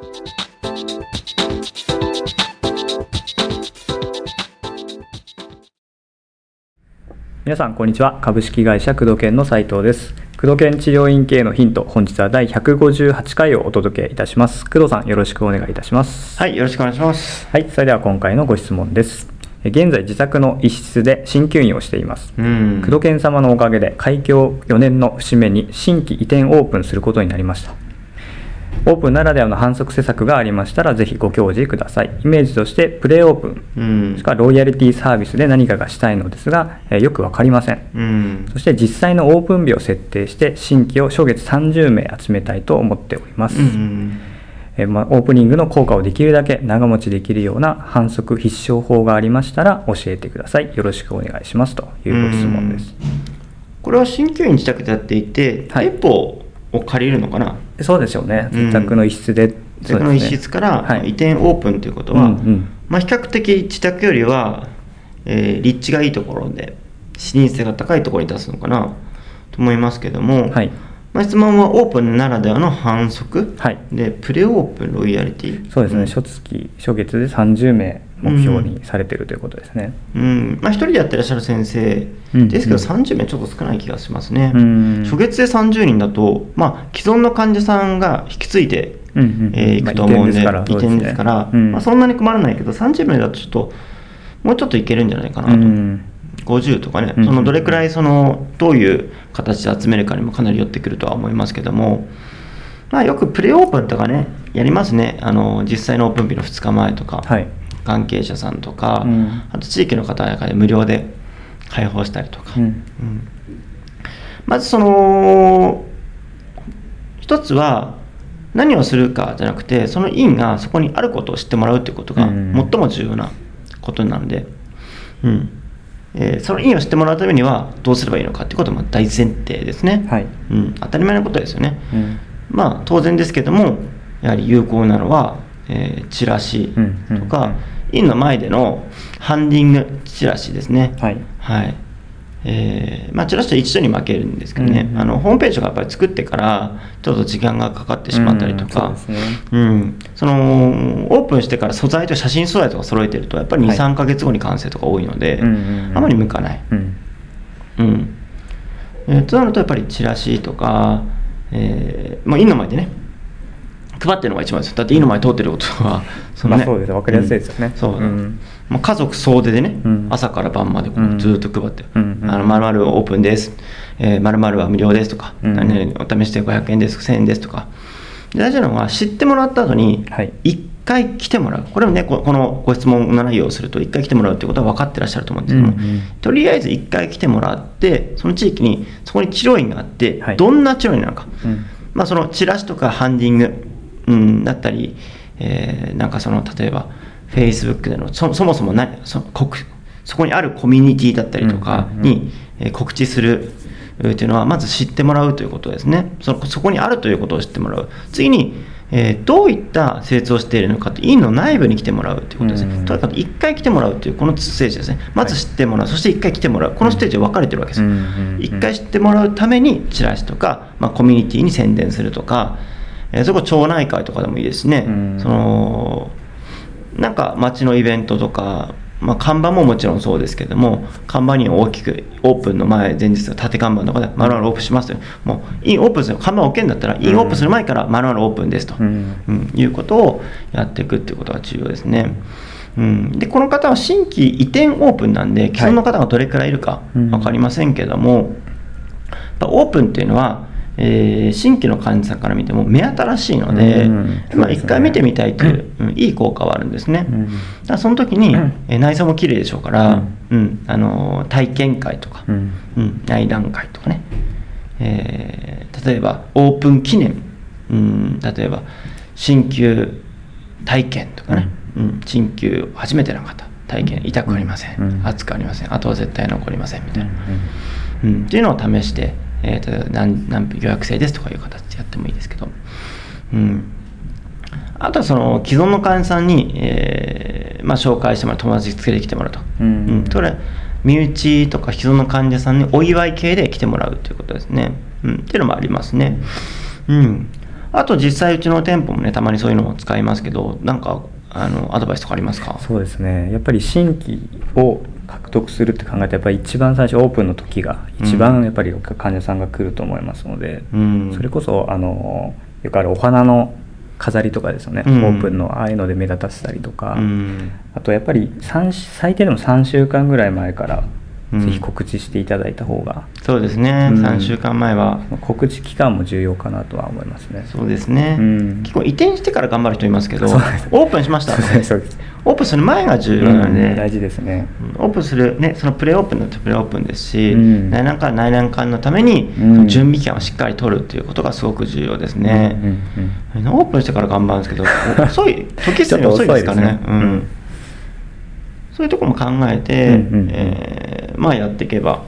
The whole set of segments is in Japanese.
皆さんこんにちは。株式会社工藤研の斉藤です。工藤研治療院経営のヒント、本日は第158回をお届けいたします。工藤さん、よろしくお願いいたします。 はい、よろしくお願いします。 はい、それでは今回のご質問です。現在自宅の一室で鍼灸院をしています。工藤研様のおかげで開業4年の節目に新規移転オープンすることになりました。オープンならではの反則施策がありましたらぜひご教示ください。イメージとしてプレオープン、しかロイヤリティサービスで何かがしたいのですが、よくわかりません。そして実際のオープン日を設定して新規を初月30名集めたいと思っております。オープニングの効果をできるだけ長持ちできるような反則必勝法がありましたら教えてください。よろしくお願いしますというご質問です。 これは鍼灸院自宅でやっていて、店舗を借りるのかな。 そうでしょうね。自宅の一室で、 自宅の一室から移転オープンということは、比較的自宅よりは、立地がいいところで視認性が高いところに出すのかなと思いますけども、質問はオープンならではの反則、でプレオープンロイヤリティ、 そうですね、初月で30名目標にされているということですね。 一人でやってらっしゃる先生ですけど、30名ちょっと少ない気がしますね。初月で30人だと、既存の患者さんが引き継いでいくと思うんで、移転ですから、そんなに困らないけど、30名だとちょっともうちょっといけるんじゃないかなと。50とかね、どれくらいどういう形で集めるかにもかなり寄ってくるとは思いますけども、よくプレオープンとかねやりますね。実際のオープン日の2日前とか、関係者さんとか、あと地域の方々で無料で開放したりとか、まず一つは何をするかじゃなくて、その院がそこにあることを知ってもらうということが最も重要なことなので、その院を知ってもらうためにはどうすればいいのかということも大前提ですね。当たり前のことですよね。当然ですけども、やはり有効なのは、チラシとか、院の前でのハンディングチラシですね。チラシと一緒に負けるんですけどね、ホームページがやっぱり作ってからちょっと時間がかかってしまったりとか、オープンしてから素材と写真素材とか揃えてるとやっぱり 2,3 ヶ月後に完成とか多いので、あまり向かない。となるとやっぱりチラシとか、院の前でね配ってるのが一番ですよ。だって院の前通ってることはそうです、分かりやすいですよね。 家族総出でね、朝から晩までずっと配って〇〇オープンです、〇〇は無料ですとか、何々お試しで500円です1000円ですとか。大事なのは知ってもらった後に1回来てもらう。これもね、このご質問の内容をすると1回来てもらうということは分かってらっしゃると思うんですけども、とりあえず1回来てもらって、その地域にそこに治療院があって、どんな治療院なのか、そのチラシとかハンディングだったり、例えば Facebook でのそもそもそこにあるコミュニティだったりとかに告知するというのはまず知ってもらうということですね。そこにあるということを知ってもらう。次に、どういった施術をしているのかと、院の内部に来てもらうということですね。とにかく1回来てもらうというこのステージですね。まず知ってもらう、そして1回来てもらう、このステージは分かれてるわけです。1回知ってもらうためにチラシとか、コミュニティに宣伝するとか、そこ町内会とかでもいいですね。なんか町のイベントとか、看板ももちろんそうですけども、看板に大きくオープンの前日の縦看板とかで〇〇オープンしますと、もうインオープンする看板を置けんだったらインオープンする前から〇〇オープンですと、いうことをやっていくっていうことが重要ですね。でこの方は新規移転オープンなんで既存の方がどれくらいいるか分かりませんけども、オープンっていうのは新規の患者さんから見ても目新しいので、1回見てみたいという、いい効果はあるんですね。だからその時に、内装も綺麗でしょうから、体験会とか、内覧会とかね、例えばオープン記念、例えば鍼灸体験とかね、鍼灸初めての方体験、痛くありません、熱くありません、あとは絶対残りませんみたいな、っていうのを試して、例えば何予約制ですとかいう形でやってもいいですけど、あとはその既存の患者さんに、紹介してもらう、友達つけてきてもらうと、それ身内とか既存の患者さんにお祝い系で来てもらうということですね、っていうのもありますね。 あと実際うちの店舗もねたまにそういうのを使いますけど、なんかアドバイスとかありますか？ そうですね、やっぱり新規を獲得するって考えて、やっぱり一番最初オープンの時が一番やっぱり患者さんが来ると思いますので、それこそよくあるお花の飾りとかですよね、オープンのああいうので目立たせたりとか、あとやっぱり最低でも3週間ぐらい前からぜひ告知していただいた方が、 そうですね、3週間前は告知期間も重要かなとは思いますね。 そうですね、結構移転してから頑張る人いますけど、オープンしましたそうです、 オープンする前が重要なので、 大事ですね。 オープンする、ね、そのプレオープンだとプレオープンですし、内覧会内覧会のために、その準備期間をしっかり取るということがすごく重要ですね。オープンしてから頑張るんですけど、遅い時すでに遅いですからね。そういうところも考えて、まあやっていけば、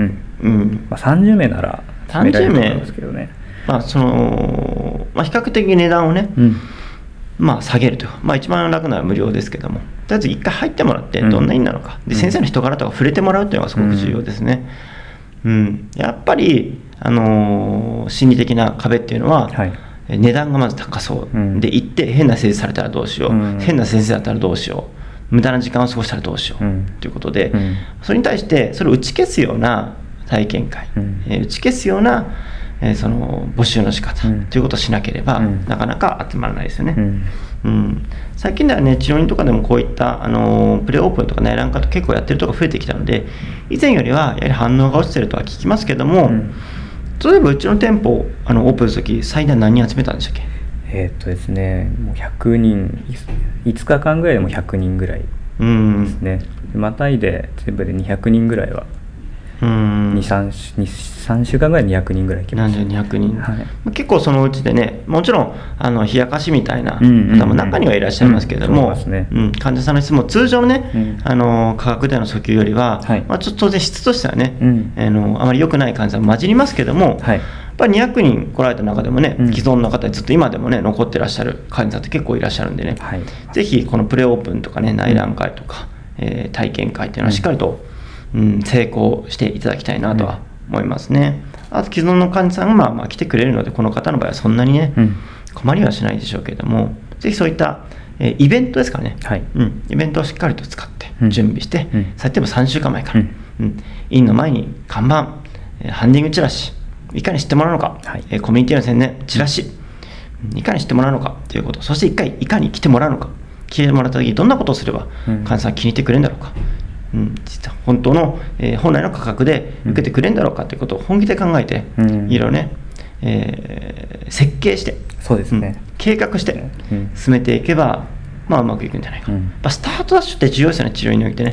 30名なら 30名ですけどね、 比較的値段をね、下げるというか、一番楽なのは無料ですけども、とりあえず1回入ってもらってどんな意味なのか、で先生の人柄とか触れてもらうというのがすごく重要ですね。やっぱり、心理的な壁っていうのは、値段がまず高そう、で行って変な先生されたらどうしよう、変な先生だったらどうしよう、無駄な時間を過ごしたらどうしよう、ということで、それに対してそれを打ち消すような体験会、打ち消すようなその募集の仕方ということをしなければ、なかなか集まらないですよね。最近ではね、治療院とかでもこういったプレオープンとか内覧会と結構やってるところが増えてきたので、以前よりはやはり反応が落ちてるとは聞きますけども、例えばうちの店舗オープンするとき最大何人集めたんでしたっけ？ ですね、もう100人、5日間ぐらいでも100人ぐらいですね。またいで全部で200人ぐらいは、3週間ぐらいで200人ぐらい来ました。 200人、結構そのうちでね、もちろん冷やかしみたいな方も中にはいらっしゃいますけれども、患者さんの質問、通常のね、価格での訴求よりは、ちょっと当然質としてはね、あまり良くない患者さんも混じりますけども、やっぱり200人来られた中でもね、既存の方でずっと今でもね残ってらっしゃる患者さんって結構いらっしゃるんでね、ぜひこのプレオープンとかね、内覧会とか、体験会っていうのはしっかりと、成功していただきたいなとは思いますね。あと既存の患者さんが来てくれるので、この方の場合はそんなにね、困りはしないでしょうけれども、ぜひそういった、イベントですからね、イベントをしっかりと使って準備して、最低でも3週間前から、院の前に看板、ハンディングチラシ、いかに知ってもらうのか、コミュニティの宣伝、チラシ、いかに知ってもらうのかということ、そして1回いかに来てもらうのか、来てもらった時どんなことをすれば患者さん気に入ってくれるんだろうか、実は本当の、本来の価格で受けてくれるんだろうかということを本気で考えて、いろいろね、設計して、 そうですね、 計画して進めていけば、うまくいくんじゃないか、スタートダッシュって重要ですよね、治療院においてね。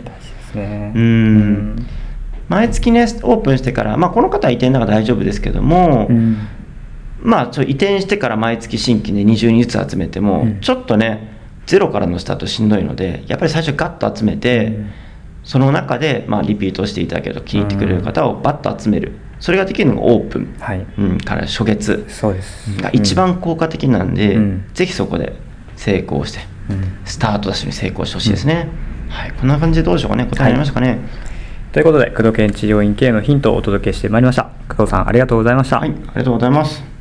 毎月ねオープンしてから、この方は移転なら大丈夫ですけども、移転してから毎月新規で20人ずつ集めても、ちょっとねゼロからのスタートしんどいので、やっぱり最初ガッと集めて、その中でリピートしていただけると気に入ってくれる方をバッと集める、それができるのがオープン、から初月が一番効果的なんで、ぜひそこで成功して、スタートダッシュに成功してほしいですね。こんな感じでどうでしょうかね、答えありましたかね。 ということで、工藤研治療院経営のヒントをお届けしてまいりました。工藤さん、ありがとうございました。 ありがとうございます。